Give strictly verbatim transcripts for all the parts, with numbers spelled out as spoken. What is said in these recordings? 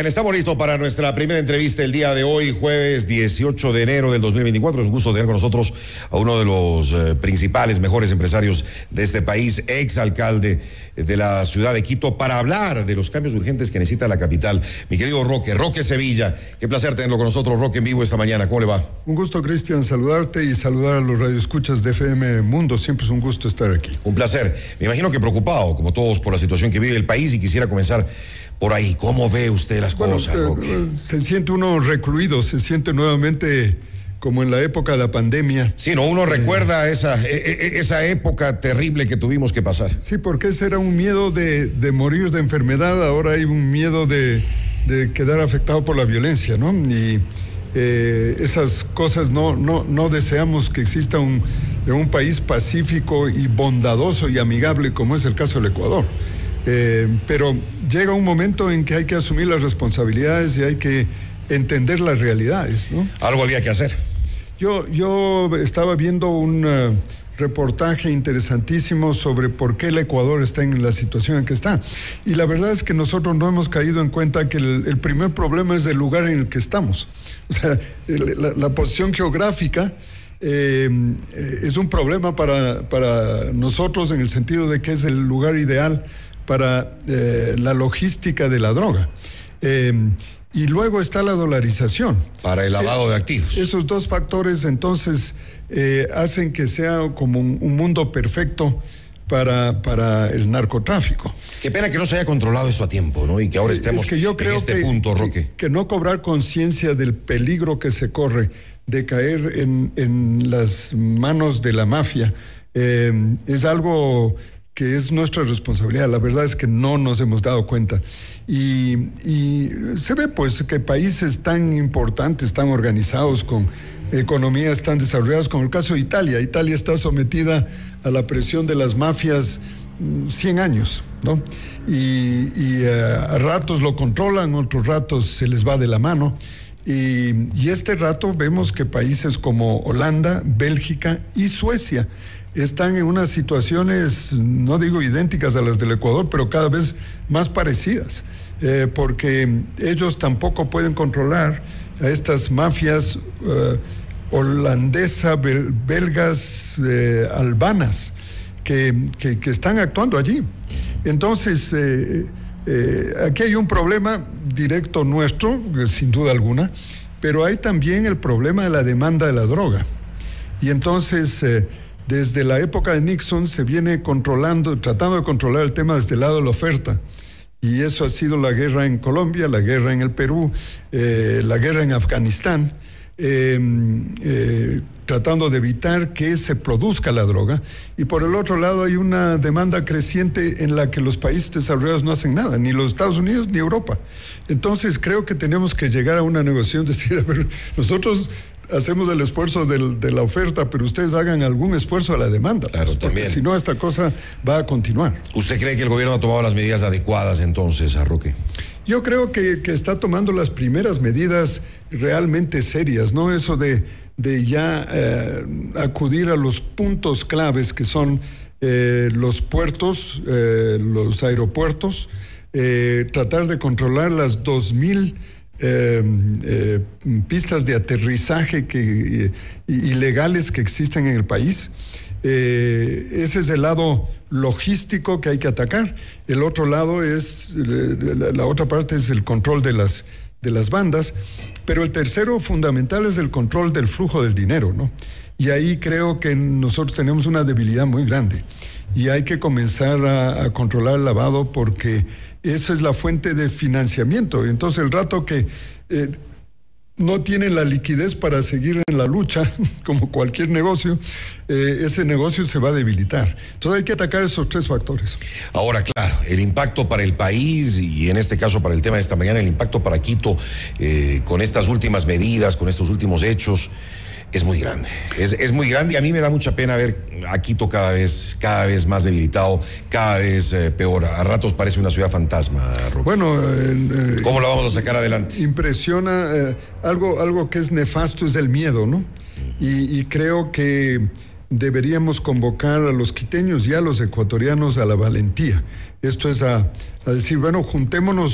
Bien, estamos listos para nuestra primera entrevista el día de hoy, jueves dieciocho de enero del dos mil veinticuatro. Es un gusto tener con nosotros a uno de los eh, principales, mejores empresarios de este país, exalcalde de la ciudad de Quito, para hablar de los cambios urgentes que necesita la capital. Mi querido Roque, Roque Sevilla, qué placer tenerlo con nosotros, Roque, en vivo esta mañana. ¿Cómo le va? Un gusto, Cristian, saludarte y saludar a los radioescuchas de F M Mundo. Siempre es un gusto estar aquí. Un placer. Me imagino que preocupado, como todos, por la situación que vive el país, y quisiera comenzar por ahí. ¿Cómo ve usted las bueno, cosas, eh, Roque? Se siente uno recluido, se siente nuevamente como en la época de la pandemia. Sí, no, uno eh, recuerda esa, esa época terrible que tuvimos que pasar. Sí, porque ese era un miedo de, de morir de enfermedad, ahora hay un miedo de, de quedar afectado por la violencia, ¿no? Y eh, esas cosas no, no, no deseamos que exista un, un país pacífico y bondadoso y amigable como es el caso del Ecuador. Eh, pero llega un momento en que hay que asumir las responsabilidades y hay que entender las realidades, ¿no? Algo había que hacer. Yo, yo estaba viendo un uh, reportaje interesantísimo sobre por qué el Ecuador está en la situación en que está. Y la verdad es que nosotros no hemos caído en cuenta que el, el primer problema es el lugar en el que estamos. O sea, el, la, la posición geográfica Eh, es un problema para, para nosotros en el sentido de que es el lugar ideal para eh, la logística de la droga. Eh, y luego está la dolarización. Para el lavado eh, de activos. Esos dos factores entonces eh, hacen que sea como un, un mundo perfecto para, para el narcotráfico. Qué pena que no se haya controlado esto a tiempo, ¿no? Y que ahora estemos es que yo creo en este que, punto, Roque. Que, que no cobrar conciencia del peligro que se corre de caer en, en las manos de la mafia eh, es algo que es nuestra responsabilidad. La verdad es que no nos hemos dado cuenta. Y, y se ve pues que países tan importantes, tan organizados, con economías tan desarrolladas como el caso de Italia. Italia está sometida a la presión de las mafias cien años, ¿no? Y, y uh, a ratos lo controlan, otros ratos se les va de la mano. Y, y este rato vemos que países como Holanda, Bélgica y Suecia están en unas situaciones, no digo idénticas a las del Ecuador, pero cada vez más parecidas, eh, porque ellos tampoco pueden controlar a estas mafias eh, holandesas, bel, belgas, eh, albanas, que, que, que están actuando allí. Entonces, eh, eh, aquí hay un problema directo nuestro, sin duda alguna, pero hay también el problema de la demanda de la droga. Y entonces, eh, desde la época de Nixon se viene controlando, tratando de controlar el tema desde el lado de la oferta. Y eso ha sido la guerra en Colombia, la guerra en el Perú, eh, la guerra en Afganistán, eh, eh, tratando de evitar que se produzca la droga. Y por el otro lado hay una demanda creciente en la que los países desarrollados no hacen nada, ni los Estados Unidos ni Europa. Entonces creo que tenemos que llegar a una negociación, decir, a ver, nosotros hacemos el esfuerzo del, de la oferta, pero ustedes hagan algún esfuerzo a la demanda. Claro, pues, también. Si no, esta cosa va a continuar. ¿Usted cree que el gobierno ha tomado las medidas adecuadas entonces, a Roque? Yo creo que, que está tomando las primeras medidas realmente serias, ¿no? Eso de, de ya eh, acudir a los puntos claves que son eh, los puertos, eh, los aeropuertos, eh, tratar de controlar las dos mil Eh, eh, pistas de aterrizaje que, eh, ilegales que existen en el país. Eh, ese es el lado logístico que hay que atacar. El otro lado es, la, la otra parte es el control de las, de las bandas, pero el tercero fundamental es el control del flujo del dinero, ¿no? Y ahí creo que nosotros tenemos una debilidad muy grande y hay que comenzar a, a controlar el lavado, porque esa es la fuente de financiamiento. Entonces, el rato que eh, no tienen la liquidez para seguir en la lucha, como cualquier negocio, eh, ese negocio se va a debilitar. Entonces, hay que atacar esos tres factores. Ahora, claro, el impacto para el país, y en este caso para el tema de esta mañana, el impacto para Quito, eh, con estas últimas medidas, con estos últimos hechos, es muy grande, es, es muy grande, y a mí me da mucha pena ver a Quito cada vez, cada vez más debilitado, cada vez eh, peor. A ratos parece una ciudad fantasma, Roque. Bueno, eh, ¿cómo la vamos a sacar adelante? Impresiona, eh, algo, algo que es nefasto es el miedo, ¿no? Y, y creo que deberíamos convocar a los quiteños y a los ecuatorianos a la valentía. Esto es a, a decir, bueno, juntémonos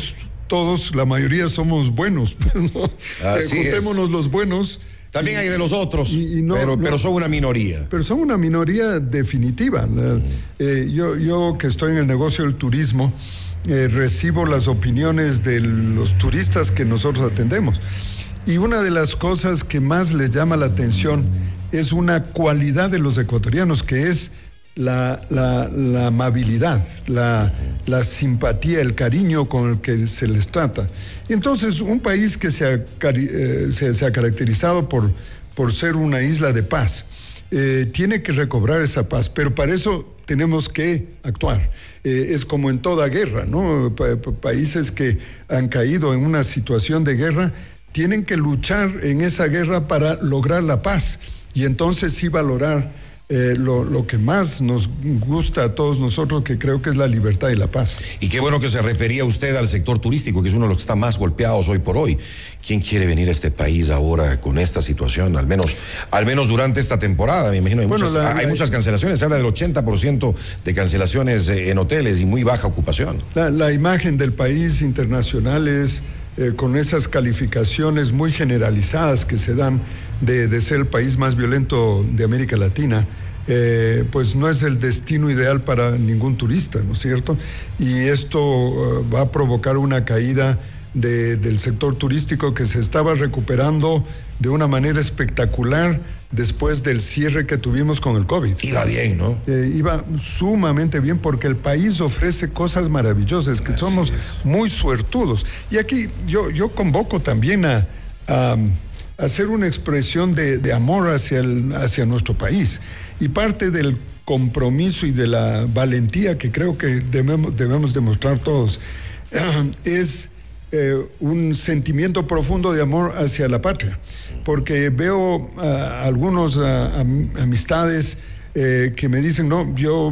todos, la mayoría somos buenos. ¿No? Así eh, juntémonos es. los buenos. También hay de los otros, y, y no, pero, no, pero son una minoría. Pero son una minoría definitiva. Mm. Eh, yo, yo que estoy en el negocio del turismo, eh, recibo las opiniones de los turistas que nosotros atendemos. Y una de las cosas que más les llama la atención es una cualidad de los ecuatorianos, que es la, la, la amabilidad, la, la simpatía, el cariño con el que se les trata. Y entonces, un país que se ha, eh, se, se ha caracterizado por, por ser una isla de paz, eh, tiene que recobrar esa paz, pero para eso tenemos que actuar. Eh, es como en toda guerra, ¿no? Pa- pa- países que han caído en una situación de guerra tienen que luchar en esa guerra para lograr la paz, y entonces sí valorar eh, lo, lo que más nos gusta a todos nosotros, que creo que es la libertad y la paz. Y qué bueno que se refería usted al sector turístico, que es uno de los que está más golpeados hoy por hoy. ¿Quién quiere venir a este país ahora con esta situación? Al menos, al menos durante esta temporada, me imagino. Hay, bueno, muchas, la, hay la, muchas cancelaciones, se habla del ochenta por ciento de cancelaciones en hoteles y muy baja ocupación. La, la imagen del país internacional es eh, con esas calificaciones muy generalizadas que se dan de, de ser el país más violento de América Latina. Eh, pues no es el destino ideal para ningún turista, ¿no es cierto? Y esto uh, va a provocar una caída de, del sector turístico, que se estaba recuperando de una manera espectacular después del cierre que tuvimos con el COVID. Iba bien, ¿no? Eh, iba sumamente bien, porque el país ofrece cosas maravillosas, que Así somos es. muy suertudos. Y aquí yo, yo convoco también a, a hacer una expresión de, de amor hacia, el, hacia nuestro país. Y parte del compromiso y de la valentía que creo que debemos, debemos demostrar todos uh, es eh, un sentimiento profundo de amor hacia la patria. Porque veo uh, algunos uh, am, amistades eh, que me dicen, no, yo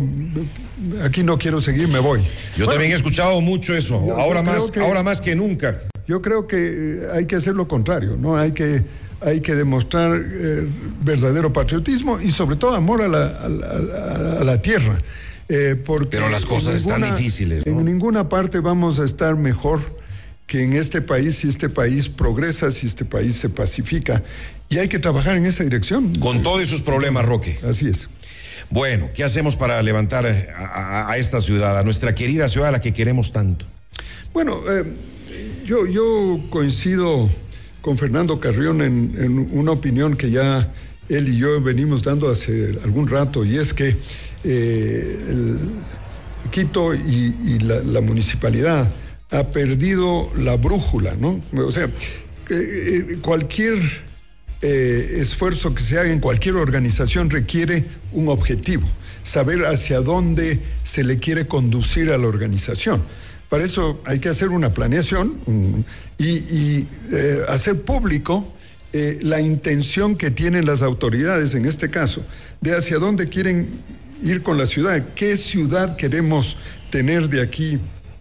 aquí no quiero seguir, me voy. Yo bueno, también he escuchado mucho eso, yo, ahora, yo más, que, ahora más que nunca. Yo creo que hay que hacer lo contrario, ¿no? Hay que... Hay que demostrar eh, verdadero patriotismo y sobre todo amor a la, a la, a la tierra. Eh, porque Pero las cosas ninguna, están difíciles, ¿no? En ninguna parte vamos a estar mejor que en este país, si este país progresa, si este país se pacifica. Y hay que trabajar en esa dirección. Con todos sus problemas, Roque. Así es. Bueno, ¿qué hacemos para levantar a, a, a esta ciudad, a nuestra querida ciudad a la que queremos tanto? Bueno, eh, yo, yo coincido con Fernando Carrión en, en una opinión que ya él y yo venimos dando hace algún rato, y es que eh, el Quito y, y la, la municipalidad ha perdido la brújula, ¿no? O sea, eh, cualquier eh, esfuerzo que se haga en cualquier organización requiere un objetivo, saber hacia dónde se le quiere conducir a la organización. Para eso hay que hacer una planeación un, y, y eh, hacer público eh, la intención que tienen las autoridades, en este caso, de hacia dónde quieren ir con la ciudad, qué ciudad queremos tener de aquí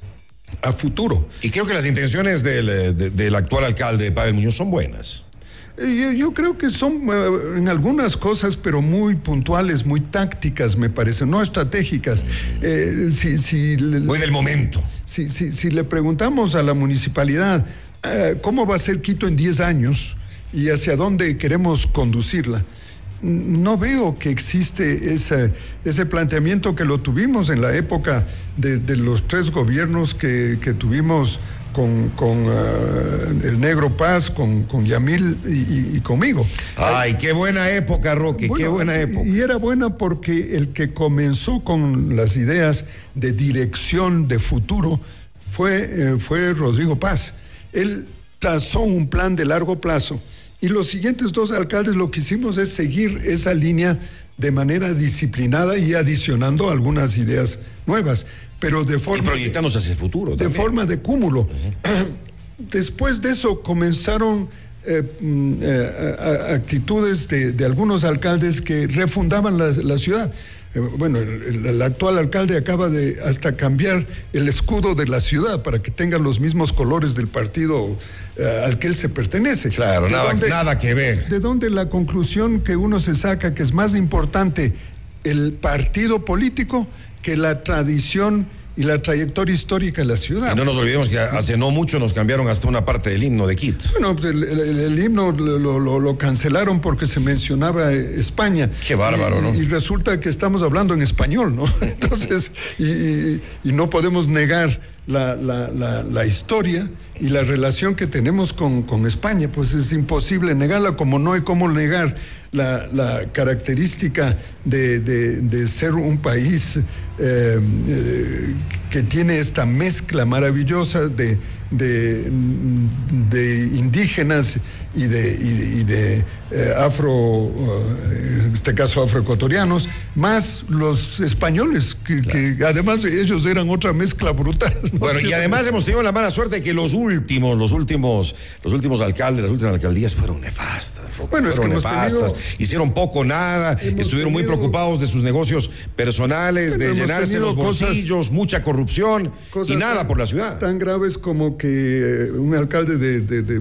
a futuro. Y creo que las intenciones del, de, del actual alcalde, Pavel Muñoz, son buenas. Yo, yo creo que son uh, en algunas cosas, pero muy puntuales, muy tácticas, me parece, no estratégicas. Eh, si, si, muy del momento. Si, si, si le preguntamos a la municipalidad uh, cómo va a ser Quito en diez años y hacia dónde queremos conducirla, no veo que existe ese, ese planteamiento que lo tuvimos en la época de, de los tres gobiernos que, que tuvimos con, con uh, el Negro Paz, con, con Yamil y, y, y conmigo. Ay, qué buena época, Roque, bueno, qué buena época. Y era buena porque el que comenzó con las ideas de dirección de futuro fue, eh, fue Rodrigo Paz. Él trazó un plan de largo plazo y los siguientes dos alcaldes lo que hicimos es seguir esa línea de manera disciplinada y adicionando algunas ideas nuevas. Pero de forma, y proyectándose hacia el futuro. De también. forma de cúmulo. Uh-huh. Después de eso comenzaron eh, eh, a, a, actitudes de, de algunos alcaldes que refundaban la, la ciudad. Eh, bueno, el, el actual alcalde acaba de hasta cambiar el escudo de la ciudad para que tenga los mismos colores del partido eh, al que él se pertenece. Claro, nada, donde, nada que ver. De donde la conclusión que uno se saca que es más importante el partido político que la tradición y la trayectoria histórica de la ciudad. Y no nos olvidemos que hace no mucho nos cambiaron hasta una parte del himno de Quito. Bueno, el, el, el himno lo, lo, lo cancelaron porque se mencionaba España. Qué bárbaro, y, ¿no? Y resulta que estamos hablando en español, ¿no? Entonces, y, y, y no podemos negar la, la, la, la historia y la relación que tenemos con, con España, pues es imposible negarla, como no hay cómo negar la, la característica de, de, de ser un país eh, eh, que tiene esta mezcla maravillosa de, de, de indígenas y de, y, y de eh, afro, en este caso afroecuatorianos, más los españoles, que, claro. que además ellos eran otra mezcla brutal, ¿no? Bueno, y además hemos tenido la mala suerte de que los últimos, los últimos, los últimos alcaldes, las últimas alcaldías fueron nefastas. Bueno, fueron es que nefastas, tenido, hicieron poco, nada, estuvieron tenido, muy preocupados de sus negocios personales, de llenarse los bolsillos, cosas, mucha corrupción y nada tan, por la ciudad. Tan graves como que un alcalde de, de, de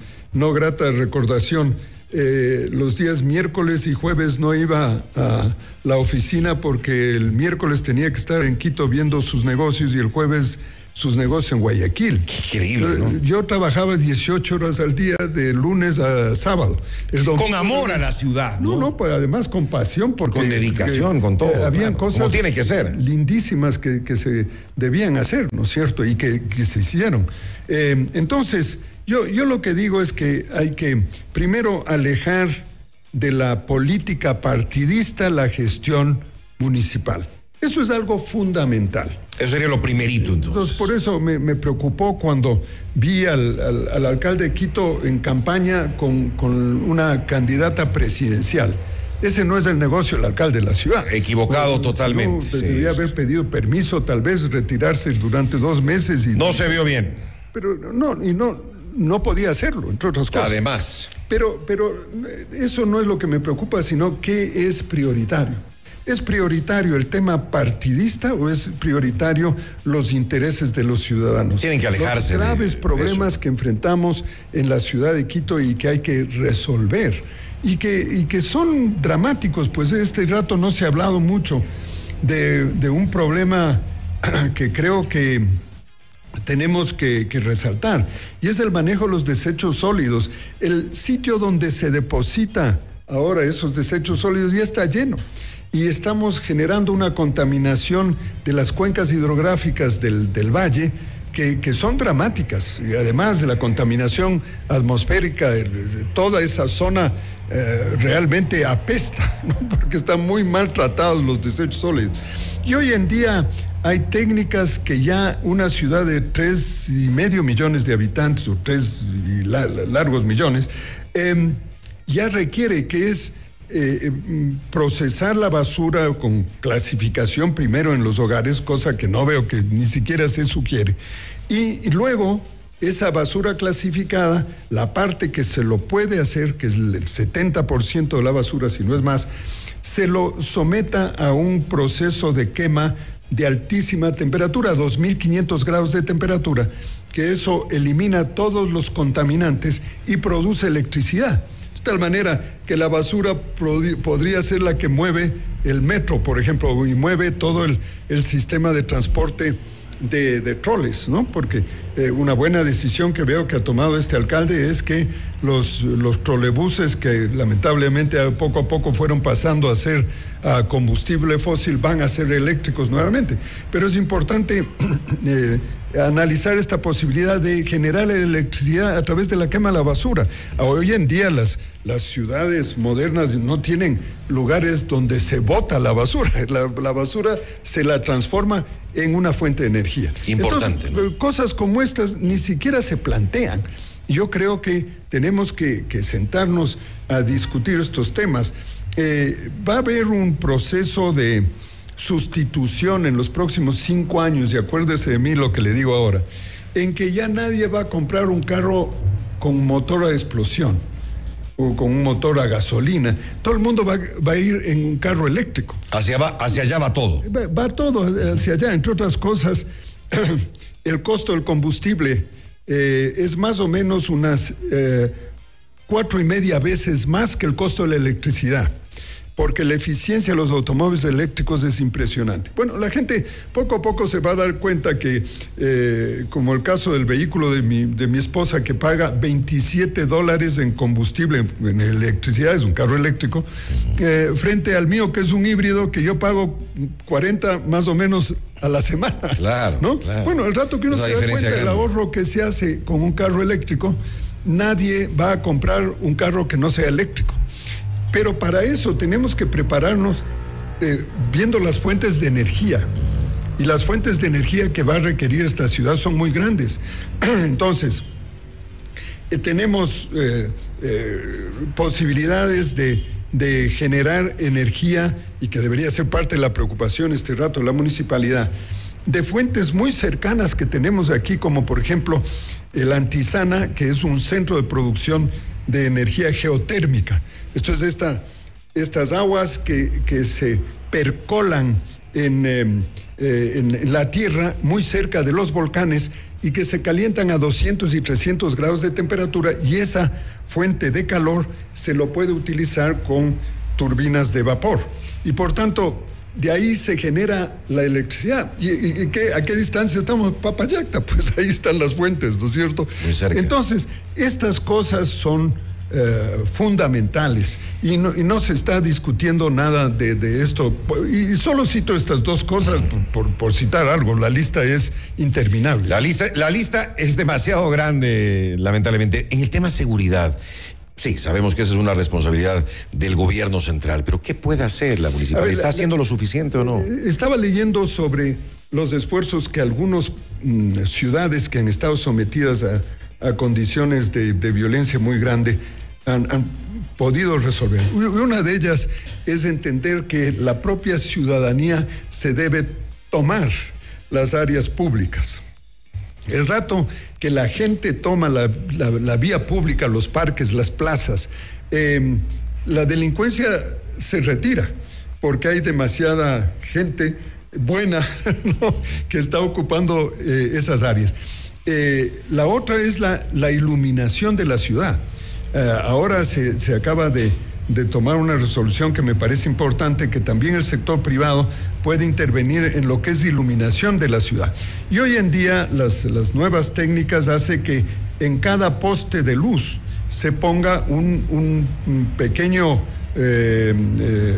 no grata recordación, eh, los días miércoles y jueves no iba a la oficina porque el miércoles tenía que estar en Quito viendo sus negocios y el jueves sus negocios en Guayaquil. Qué increíble, ¿no? Yo trabajaba dieciocho horas al día de lunes a sábado. El domingo, con amor a la ciudad, ¿no? No, no, pues además con pasión. Porque, con dedicación, porque, con todo. Eh, habían claro, cosas como tiene que ser. lindísimas que, que se debían hacer, ¿no es cierto? Y que, que se hicieron. Eh, entonces, yo, yo lo que digo es que hay que primero alejar de la política partidista la gestión municipal. Eso es algo fundamental. Eso sería lo primerito, entonces. Entonces, por eso me, me preocupó cuando vi al, al, al alcalde de Quito en campaña con, con una candidata presidencial. Ese no es el negocio del alcalde de la ciudad. Equivocado bueno, totalmente. No, sí, debería sí. haber pedido permiso, tal vez retirarse durante dos meses. Y, no se vio bien. Pero no, y no, no podía hacerlo, entre otras cosas. Además. Pero, pero eso no es lo que me preocupa, sino qué es prioritario. ¿Es prioritario el tema partidista o es prioritario los intereses de los ciudadanos? Tienen que alejarse. Los graves de, problemas de que enfrentamos en la ciudad de Quito y que hay que resolver y que, y que son dramáticos, pues este rato no se ha hablado mucho de, de un problema que creo que tenemos que, que resaltar, y es el manejo de los desechos sólidos. El sitio donde se deposita ahora esos desechos sólidos ya está lleno. Y estamos generando una contaminación de las cuencas hidrográficas del, del valle que, que son dramáticas. Y además de la contaminación atmosférica, toda esa zona eh, realmente apesta, ¿no? Porque están muy maltratados los desechos sólidos. Y hoy en día hay técnicas que ya una ciudad de tres y medio millones de habitantes, o tres y la, largos millones, eh, ya requiere, que es Eh, procesar la basura con clasificación primero en los hogares, cosa que no veo que ni siquiera se sugiere, y, y luego esa basura clasificada, la parte que se lo puede hacer, que es el setenta por ciento de la basura, si no es más, se lo someta a un proceso de quema de altísima temperatura, dos mil quinientos grados de temperatura, que eso elimina todos los contaminantes y produce electricidad. De tal manera que la basura podría ser la que mueve el metro, por ejemplo, y mueve todo el, el sistema de transporte de, de troles, ¿no? Porque eh, una buena decisión que veo que ha tomado este alcalde es que los, los trolebuses, que lamentablemente poco a poco fueron pasando a ser a combustible fósil, van a ser eléctricos nuevamente. Pero es importante eh, analizar esta posibilidad de generar electricidad a través de la quema de la basura. Hoy en día las, las ciudades modernas no tienen lugares donde se bota la basura. La, la basura se la transforma en una fuente de energía. Importante. Entonces, ¿no? Cosas como estas ni siquiera se plantean. Yo creo que tenemos que, que sentarnos a discutir estos temas. Eh, va a haber un proceso de sustitución en los próximos cinco años, y acuérdese de mí lo que le digo ahora, en que ya nadie va a comprar un carro con motor a explosión o con un motor a gasolina. Todo el mundo va, va a ir en un carro eléctrico. Hacia, va, hacia allá va todo. Va, va todo hacia allá. Entre otras cosas, el costo del combustible eh, es más o menos unas eh, cuatro y media veces más que el costo de la electricidad. porque la eficiencia de los automóviles eléctricos es impresionante. Bueno, la gente poco a poco se va a dar cuenta que, eh, como el caso del vehículo de mi, de mi esposa, que paga veintisiete dólares en combustible, en, en electricidad, es un carro eléctrico, eh, frente al mío, que es un híbrido, que yo pago cuarenta más o menos a la semana. Claro, ¿no? claro. Bueno, el rato que uno Esa se da cuenta diferencia del grande. ahorro que se hace con un carro eléctrico, nadie va a comprar un carro que no sea eléctrico. Pero para eso tenemos que prepararnos eh, viendo las fuentes de energía. Y las fuentes de energía que va a requerir esta ciudad son muy grandes. Entonces, eh, tenemos eh, eh, posibilidades de, de generar energía, y que debería ser parte de la preocupación este rato de la municipalidad, de fuentes muy cercanas que tenemos aquí, como por ejemplo el Antisana, que es un centro de producción de energía geotérmica. Esto es esta, estas aguas que, que se percolan en, eh, eh, en, en la tierra muy cerca de los volcanes y que se calientan a doscientos y trescientos grados de temperatura, y esa fuente de calor se lo puede utilizar con turbinas de vapor. Y por tanto, de ahí se genera la electricidad. ¿Y, y, y qué, a qué distancia estamos? Papayacta, pues ahí están las fuentes, ¿no es cierto? Muy cerca. Entonces, estas cosas son eh, fundamentales, y no, y no se está discutiendo nada de, de esto. Y solo cito estas dos cosas por, por, por citar algo. La lista es interminable. La lista, la lista es demasiado grande, lamentablemente. En el tema seguridad, sí, sabemos que esa es una responsabilidad del gobierno central, pero ¿qué puede hacer la municipalidad? ver, ¿Está la, haciendo lo suficiente o no? Estaba leyendo sobre los esfuerzos que algunas mmm, ciudades que han estado sometidas a, a condiciones de, de violencia muy grande han, han podido resolver. Una de ellas es entender que la propia ciudadanía se debe tomar las áreas públicas. El rato que la gente toma la, la, la vía pública, los parques, las plazas, eh, la delincuencia se retira, porque hay demasiada gente buena, ¿no?, que está ocupando eh, esas áreas. Eh, la otra es la, la iluminación de la ciudad. Eh, ahora se, se acaba de, de tomar una resolución que me parece importante, que también el sector privado puede intervenir en lo que es iluminación de la ciudad. Y hoy en día las, las nuevas técnicas hacen que en cada poste de luz se ponga un, un, un pequeño eh, eh,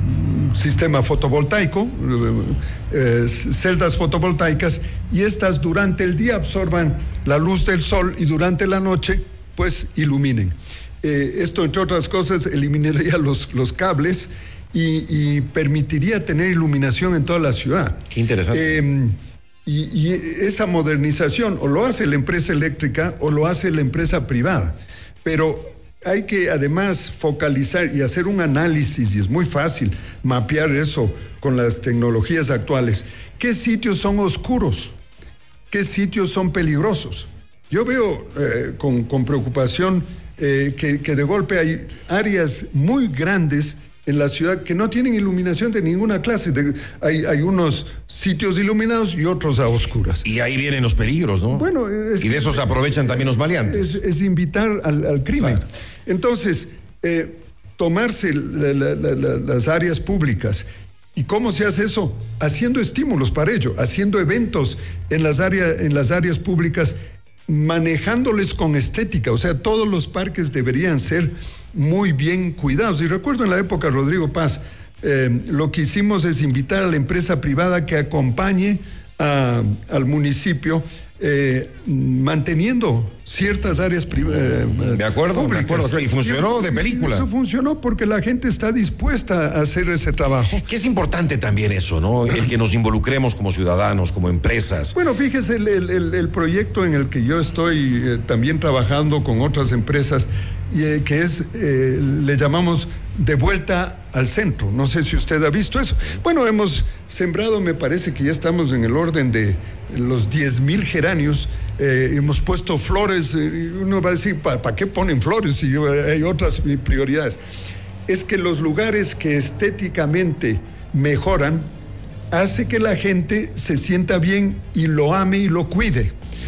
sistema fotovoltaico, eh, celdas fotovoltaicas, y estas durante el día absorban la luz del sol y durante la noche pues iluminen. Eh, esto, entre otras cosas, eliminaría los, los cables y, y permitiría tener iluminación en toda la ciudad. Qué interesante. Eh, y, y esa modernización o lo hace la empresa eléctrica o lo hace la empresa privada. Pero hay que además focalizar y hacer un análisis, y es muy fácil mapear eso con las tecnologías actuales. ¿Qué sitios son oscuros? ¿Qué sitios son peligrosos? Yo veo eh, con, con preocupación eh, que, que de golpe hay áreas muy grandes en la ciudad que no tienen iluminación de ninguna clase. De, hay, hay unos sitios iluminados y otros a oscuras. Y ahí vienen los peligros, ¿no? Bueno, es, y de eso se aprovechan también los maleantes. Es, es invitar al, al crimen. Claro. Entonces, eh, tomarse la, la, la, la, las áreas públicas. ¿Y cómo se hace eso? Haciendo estímulos para ello, haciendo eventos en las áreas, en las áreas públicas, manejándoles con estética. O sea, todos los parques deberían ser muy bien cuidados. Y recuerdo en la época Rodrigo Paz, eh, lo que hicimos es invitar a la empresa privada que acompañe a, al municipio eh, manteniendo ciertas áreas privadas. Eh, de acuerdo, públicas. De acuerdo. Y funcionó de película. Eso funcionó porque la gente está dispuesta a hacer ese trabajo. Que es importante también eso, ¿no? El que nos involucremos como ciudadanos, como empresas. Bueno, fíjese el, el, el proyecto en el que yo estoy eh, también trabajando con otras empresas, y, eh, que es, eh, le llamamos de vuelta al centro. No sé si usted ha visto eso. Bueno, hemos sembrado, me parece que ya estamos en el orden de los diez mil geranios. Eh, hemos puesto flores. Eh, uno va a decir, ¿para pa qué ponen flores si hay otras prioridades? Es que los lugares que estéticamente mejoran hace que la gente se sienta bien y lo ame y lo cuide.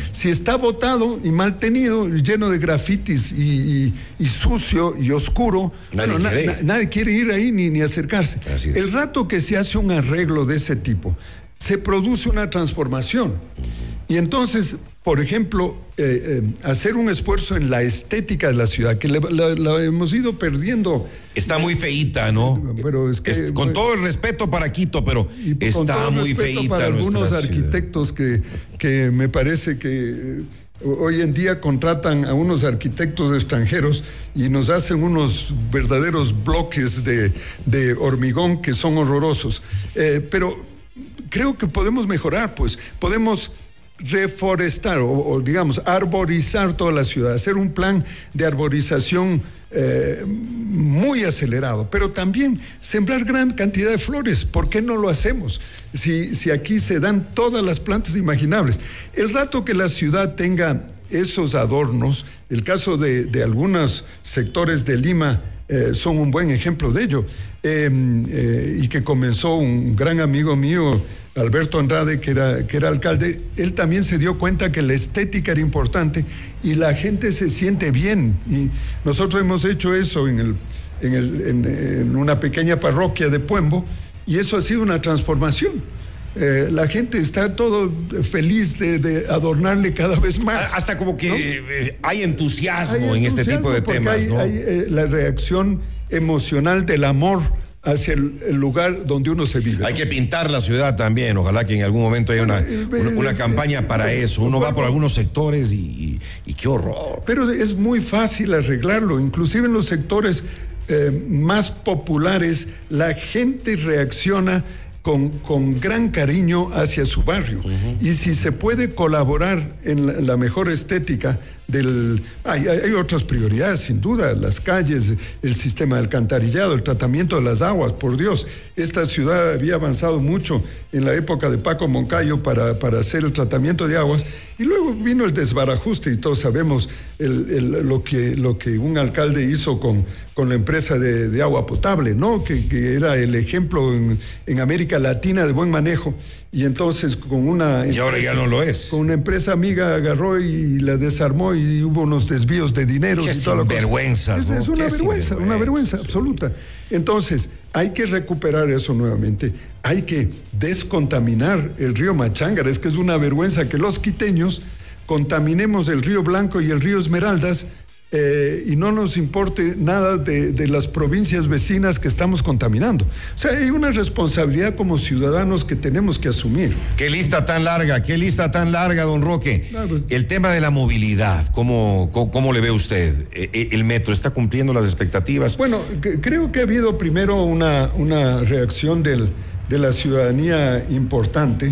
Si está botado y mal tenido, lleno de grafitis y, y, y sucio y oscuro, nadie, bueno, quiere. Na, na, nadie quiere ir ahí ni, ni acercarse. El rato que se hace un arreglo de ese tipo, se produce una transformación. Y entonces, por ejemplo, eh, eh, hacer un esfuerzo en la estética de la ciudad, que la, la, la hemos ido perdiendo. Está muy feíta, ¿no? Pero es que, es, con todo el respeto para Quito, pero está muy feíta. Para algunos ciudad. arquitectos que, que me parece que hoy en día contratan a unos arquitectos extranjeros y nos hacen unos verdaderos bloques de, de hormigón que son horrorosos. Eh, pero creo que podemos mejorar, pues podemos reforestar o, o digamos arborizar toda la ciudad, hacer un plan de arborización eh, muy acelerado, pero también sembrar gran cantidad de flores. ¿Por qué no lo hacemos? Si, si aquí se dan todas las plantas imaginables. El rato que la ciudad tenga esos adornos, el caso de, de algunos sectores de Lima eh, son un buen ejemplo de ello, eh, eh, y que comenzó un gran amigo mío, Alberto Andrade, que era, que era alcalde. Él también se dio cuenta que la estética era importante y la gente se siente bien. Y nosotros hemos hecho eso en, el, en, el, en, en una pequeña parroquia de Puembo, y eso ha sido una transformación. Eh, la gente está todo feliz de, de adornarle cada vez más. Hasta como que, ¿no? eh, hay entusiasmo, hay en este tipo de temas, hay, ¿no? Hay eh, la reacción emocional del amor hacia el, el lugar donde uno se vive. Hay ¿no? que pintar la ciudad también. Ojalá que en algún momento haya una, una, una campaña para eso. Uno va por algunos sectores y, y, y qué horror. Pero es muy fácil arreglarlo. Inclusive en los sectores eh, más populares, la gente reacciona Con, con gran cariño hacia su barrio. Uh-huh. Y si se puede colaborar en la, la mejor estética del... Hay, hay otras prioridades, sin duda, las calles, el sistema de alcantarillado, el tratamiento de las aguas, por Dios. Esta ciudad había avanzado mucho en la época de Paco Moncayo para, para hacer el tratamiento de aguas, y luego vino el desbarajuste, y todos sabemos el, el, lo, que, lo que un alcalde hizo con, con la empresa de, de agua potable, ¿no? Que, que era el ejemplo en, en América Latina de buen manejo. Y entonces con una... Y ahora ya no lo es. Con una empresa amiga agarró y la desarmó y hubo unos desvíos de dinero y toda la cosa. Vergüenzas, ¿no? Es, es una vergüenza, una vergüenza absoluta. Entonces, hay que recuperar eso nuevamente. Hay que descontaminar el río Machángara. Es que es una vergüenza que los quiteños contaminemos el río Blanco y el río Esmeraldas, Eh, y no nos importe nada de, de las provincias vecinas que estamos contaminando. O sea, hay una responsabilidad como ciudadanos que tenemos que asumir. Qué lista tan larga, qué lista tan larga, don Roque. Ah, pues. El tema de la movilidad, ¿cómo, cómo, cómo le ve usted? ¿El metro está cumpliendo las expectativas? Bueno, que, creo que ha habido primero una, una reacción del, de la ciudadanía importante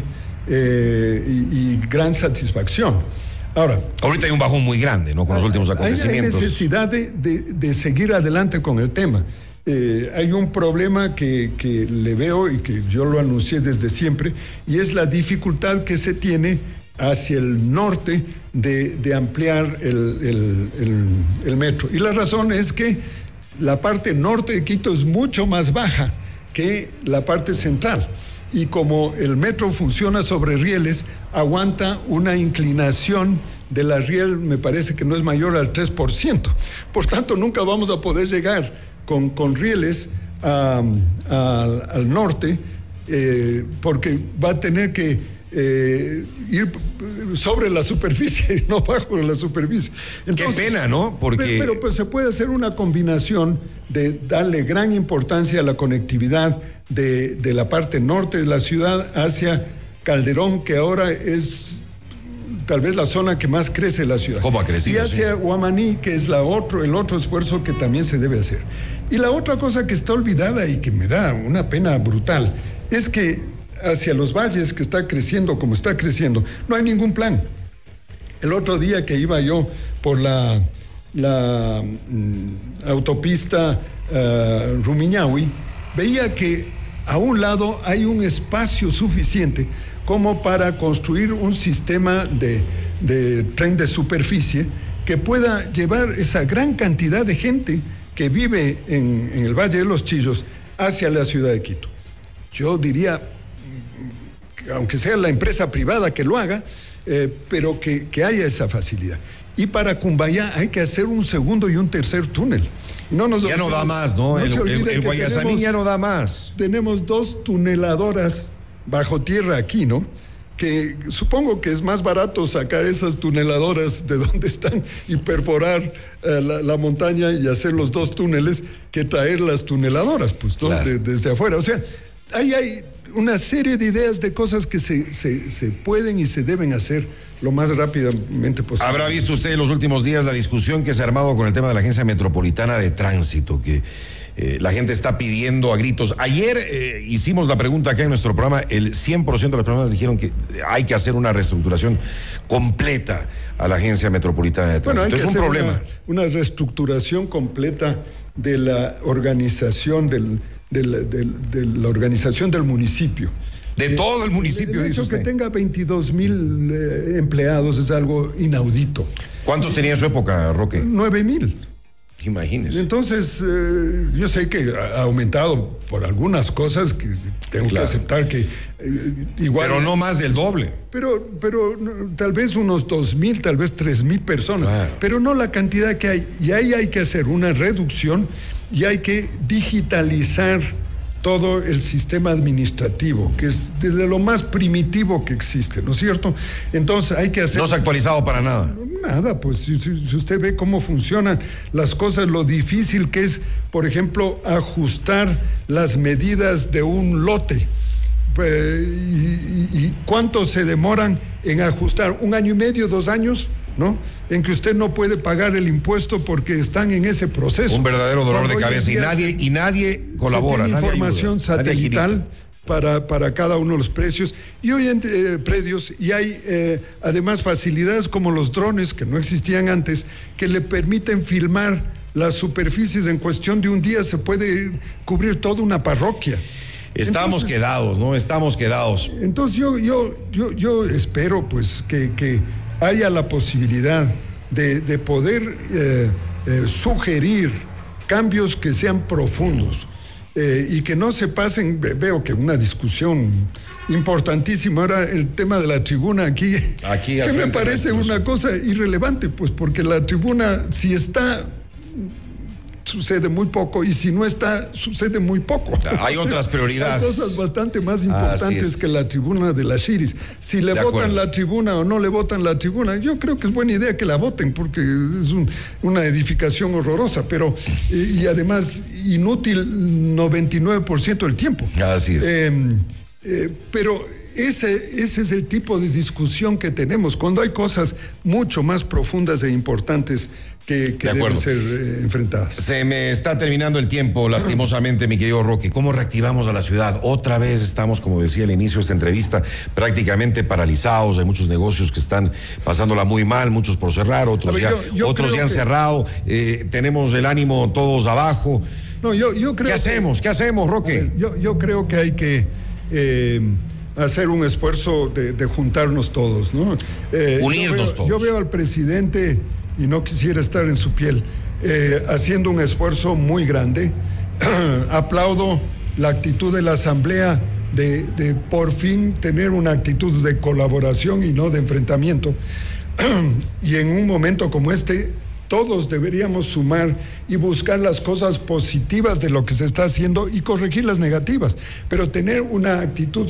eh, y, y gran satisfacción. Ahora, ahorita hay un bajón muy grande, ¿no? Con los últimos acontecimientos. Hay necesidad de, de, de seguir adelante con el tema. Eh, hay un problema que, que le veo y que yo lo anuncié desde siempre, y es la dificultad que se tiene hacia el norte de, de ampliar el, el, el, el metro. Y la razón es que la parte norte de Quito es mucho más baja que la parte central. Y como el metro funciona sobre rieles, aguanta una inclinación de la riel, me parece que no es mayor al tres por ciento. Por tanto, nunca vamos a poder llegar con, con rieles a, a, al norte, eh, porque va a tener que eh, ir sobre la superficie y no bajo la superficie. Entonces, qué pena, ¿no? Porque... Pero, pero pues se puede hacer una combinación de darle gran importancia a la conectividad de, de la parte norte de la ciudad hacia Calderón, que ahora es tal vez la zona que más crece en la ciudad. ¿Cómo ha crecido? Y hacia sí. Guamaní, que es la otro, el otro esfuerzo que también se debe hacer. Y la otra cosa que está olvidada y que me da una pena brutal es que hacia los valles, que está creciendo como está creciendo, no hay ningún plan. El otro día que iba yo por la, la mm, autopista uh, Rumiñahui, veía que a un lado hay un espacio suficiente como para construir un sistema de, de tren de superficie que pueda llevar esa gran cantidad de gente que vive en, en el Valle de los Chillos hacia la ciudad de Quito. Yo diría, aunque sea la empresa privada que lo haga, eh, pero que, que haya esa facilidad. Y para Cumbayá hay que hacer un segundo y un tercer túnel. No nos ya no da más, ¿no? no el el, el Guayasamín ya no da más. Tenemos dos tuneladoras bajo tierra aquí, ¿no? Que supongo que es más barato sacar esas tuneladoras de donde están y perforar eh, la, la montaña y hacer los dos túneles que traer las tuneladoras, pues, ¿no? Claro. de, desde afuera. O sea, ahí hay una serie de ideas de cosas que se, se, se pueden y se deben hacer lo más rápidamente posible. ¿Habrá visto usted en los últimos días la discusión que se ha armado con el tema de la Agencia Metropolitana de Tránsito, que eh, la gente está pidiendo a gritos? Ayer eh, hicimos la pregunta acá en nuestro programa, el cien por ciento de las personas dijeron que hay que hacer una reestructuración completa a la Agencia Metropolitana de Tránsito. Bueno, hay que es un hacer problema. Una, una reestructuración completa de la organización del, del, del, de la organización del municipio. De todo el municipio, el hecho dice usted. Que tenga veintidós mil eh, empleados es algo inaudito. ¿Cuántos tenía en su época, Roque? nueve mil. Imagínese. Entonces, eh, yo sé que ha aumentado por algunas cosas que tengo claro. que aceptar que eh, igual. Pero no más del doble. Pero, pero no, tal vez unos dos mil, tal vez tres mil personas. Claro. Pero no la cantidad que hay. Y ahí hay que hacer una reducción y hay que digitalizar todo el sistema administrativo, que es desde lo más primitivo que existe, ¿no es cierto? Entonces hay que hacer... No se ha actualizado para nada. Nada, pues si, si, si usted ve cómo funcionan las cosas, lo difícil que es, por ejemplo, ajustar las medidas de un lote. Pues, y, y, y cuánto se demoran en ajustar, un año y medio, dos años, ¿no? En que usted no puede pagar el impuesto porque están en ese proceso. Un verdadero dolor de cabeza y nadie, y nadie colabora. Se tiene nadie información ayuda, satelital para, para cada uno de los precios y hoy en eh, predios y hay eh, además facilidades como los drones que no existían antes que le permiten filmar las superficies en cuestión de un día, se puede cubrir toda una parroquia. Estamos entonces, quedados, ¿no? Estamos quedados. Entonces yo, yo, yo, yo espero pues que, que haya la posibilidad de, de poder eh, eh, sugerir cambios que sean profundos eh, y que no se pasen. Veo que una discusión importantísima ahora el tema de la tribuna aquí, aquí que me parece una cosa irrelevante, pues porque la tribuna si está sucede muy poco y si no está sucede muy poco. Hay otras prioridades. Hay cosas bastante más importantes que la tribuna de la Shiris. Si le votan la tribuna o no le votan la tribuna, yo creo que es buena idea que la voten porque es un, una edificación horrorosa, pero y, y además inútil noventa y nueve por ciento del tiempo. Así es. Eh, eh, pero ese, ese es el tipo de discusión que tenemos cuando hay cosas mucho más profundas e importantes que, que de deben ser eh, enfrentadas. Se me está terminando el tiempo, lastimosamente, mi querido Roque. ¿Cómo reactivamos a la ciudad? Otra vez estamos, como decía al inicio de esta entrevista, prácticamente paralizados. Hay muchos negocios que están pasándola muy mal, muchos por cerrar, otros ver, ya, yo, yo otros ya han que... cerrado. Eh, tenemos el ánimo todos abajo. No, yo, yo creo ¿Qué hacemos? Que... ¿Qué hacemos, Roque? Ver, yo, yo creo que hay que eh, hacer un esfuerzo de, de juntarnos todos, ¿no? Eh, Unirnos yo veo, todos. Yo veo al presidente, y no quisiera estar en su piel, eh, haciendo un esfuerzo muy grande. Aplaudo la actitud de la Asamblea de, de por fin tener una actitud de colaboración y no de enfrentamiento. Y en un momento como este, todos deberíamos sumar y buscar las cosas positivas de lo que se está haciendo y corregir las negativas, pero tener una actitud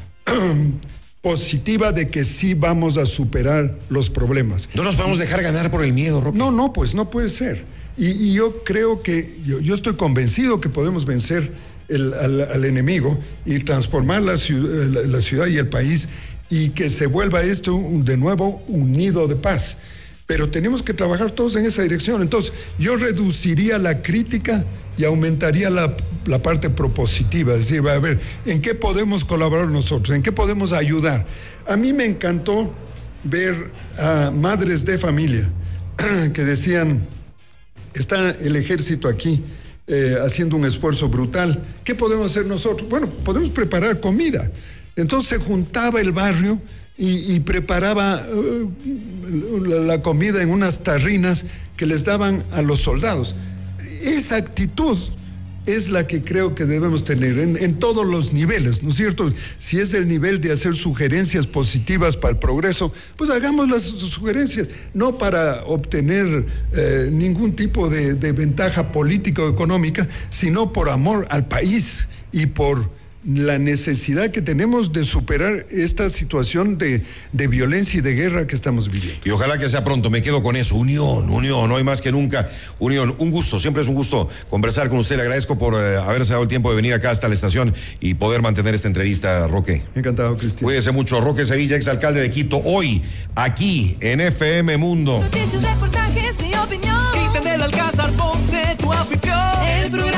positiva de que sí vamos a superar los problemas. No nos podemos dejar ganar por el miedo, Roque. No, no, pues no puede ser. Y, y yo creo que, yo, yo estoy convencido que podemos vencer el, al, al enemigo y transformar la ciudad, la, la ciudad y el país y que se vuelva esto de nuevo un nido de paz. Pero tenemos que trabajar todos en esa dirección. Entonces, yo reduciría la crítica y aumentaría la, la parte propositiva, es decir, a ver, ¿en qué podemos colaborar nosotros? ¿En qué podemos ayudar? A mí me encantó ver a madres de familia que decían, está el ejército aquí eh, haciendo un esfuerzo brutal, ¿qué podemos hacer nosotros? Bueno, podemos preparar comida. Entonces se juntaba el barrio y, y preparaba uh, la, la comida en unas tarrinas que les daban a los soldados. Esa actitud es la que creo que debemos tener en, en todos los niveles, ¿no es cierto? Si es el nivel de hacer sugerencias positivas para el progreso, pues hagamos las sugerencias, no para obtener eh, ningún tipo de, de ventaja política o económica, sino por amor al país y por la necesidad que tenemos de superar esta situación de, de violencia y de guerra que estamos viviendo. Y ojalá que sea pronto, me quedo con eso, unión, unión, hoy más que nunca, unión. Un gusto, siempre es un gusto conversar con usted, le agradezco por eh, haberse dado el tiempo de venir acá hasta la estación y poder mantener esta entrevista, Roque. Encantado, Cristian. Cuídese mucho, Roque Sevilla, exalcalde de Quito, hoy, aquí, en F M Mundo. Noticias, reportajes y opinión. Cristian del Alcázar, Ponce, tu afición. El programa